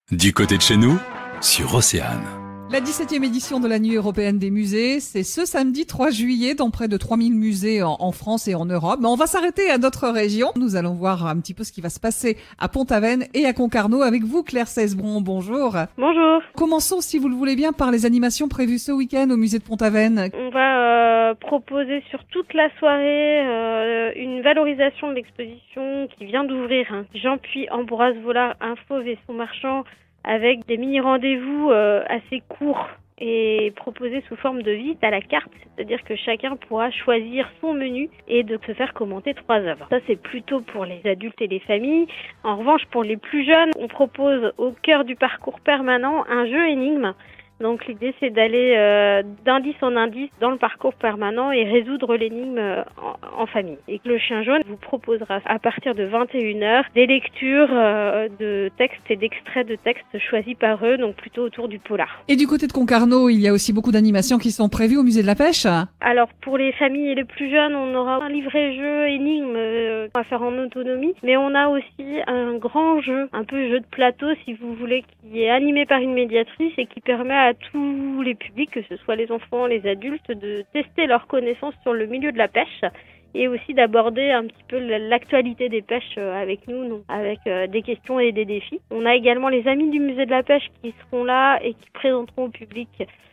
Du côté de chez nous, sur Océane. La 17e édition de la Nuit européenne des musées, c'est ce samedi 3 juillet dans près de 3000 musées en France et en Europe. Mais on va s'arrêter à d'autres régions. Nous allons voir un petit peu ce qui va se passer à Pont-Aven et à Concarneau avec vous, Claire Cesbron. Bonjour. Bonjour. Commençons, si vous le voulez bien, par les animations prévues ce week-end au musée de Pont-Aven. On va proposer sur toute la soirée une valorisation de l'exposition qui vient d'ouvrir. Jean Puy, Ambroise Vollard, Info Vaisseau Marchand, avec des mini-rendez-vous assez courts et proposés sous forme de visite à la carte, c'est-à-dire que chacun pourra choisir son menu et de se faire commenter 3 œuvres. Ça, c'est plutôt pour les adultes et les familles. En revanche, pour les plus jeunes, on propose au cœur du parcours permanent un jeu énigme. Donc l'idée, c'est d'aller d'indice en indice dans le parcours permanent et résoudre l'énigme en famille. Et que le chien jaune vous proposera à partir de 21h des lectures de textes et d'extraits de textes choisis par eux, donc plutôt autour du polar. Et du côté de Concarneau, il y a aussi beaucoup d'animations qui sont prévues au musée de la pêche. Alors pour les familles et les plus jeunes, on aura un livret jeu énigme à faire en autonomie, mais on a aussi un grand jeu, un peu jeu de plateau si vous voulez, qui est animé par une médiatrice et qui permet à tous les publics, que ce soit les enfants, les adultes, de tester leurs connaissances sur le milieu de la pêche et aussi d'aborder un petit peu l'actualité des pêches avec nous, avec des questions et des défis. On a également les amis du musée de la pêche qui seront là et qui présenteront au public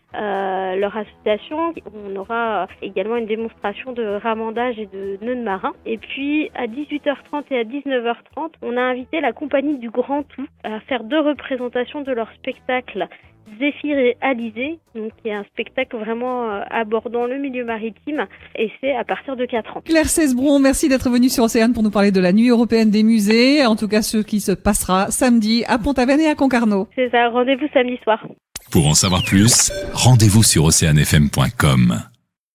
leur association. On aura également une démonstration de ramandage et de nœuds marins. Et puis à 18h30 et à 19h30, on a invité la compagnie du Grand Tout à faire 2 représentations de leur spectacle Zéphyr et Alizé, donc qui est un spectacle vraiment abordant le milieu maritime, et c'est à partir de 4 ans. Claire Cesbron, merci d'être venue sur Océane pour nous parler de la Nuit européenne des musées, en tout cas ce qui se passera samedi à Pont-Aven et à Concarneau. C'est ça, rendez-vous samedi soir. Pour en savoir plus, rendez-vous sur oceanfm.com.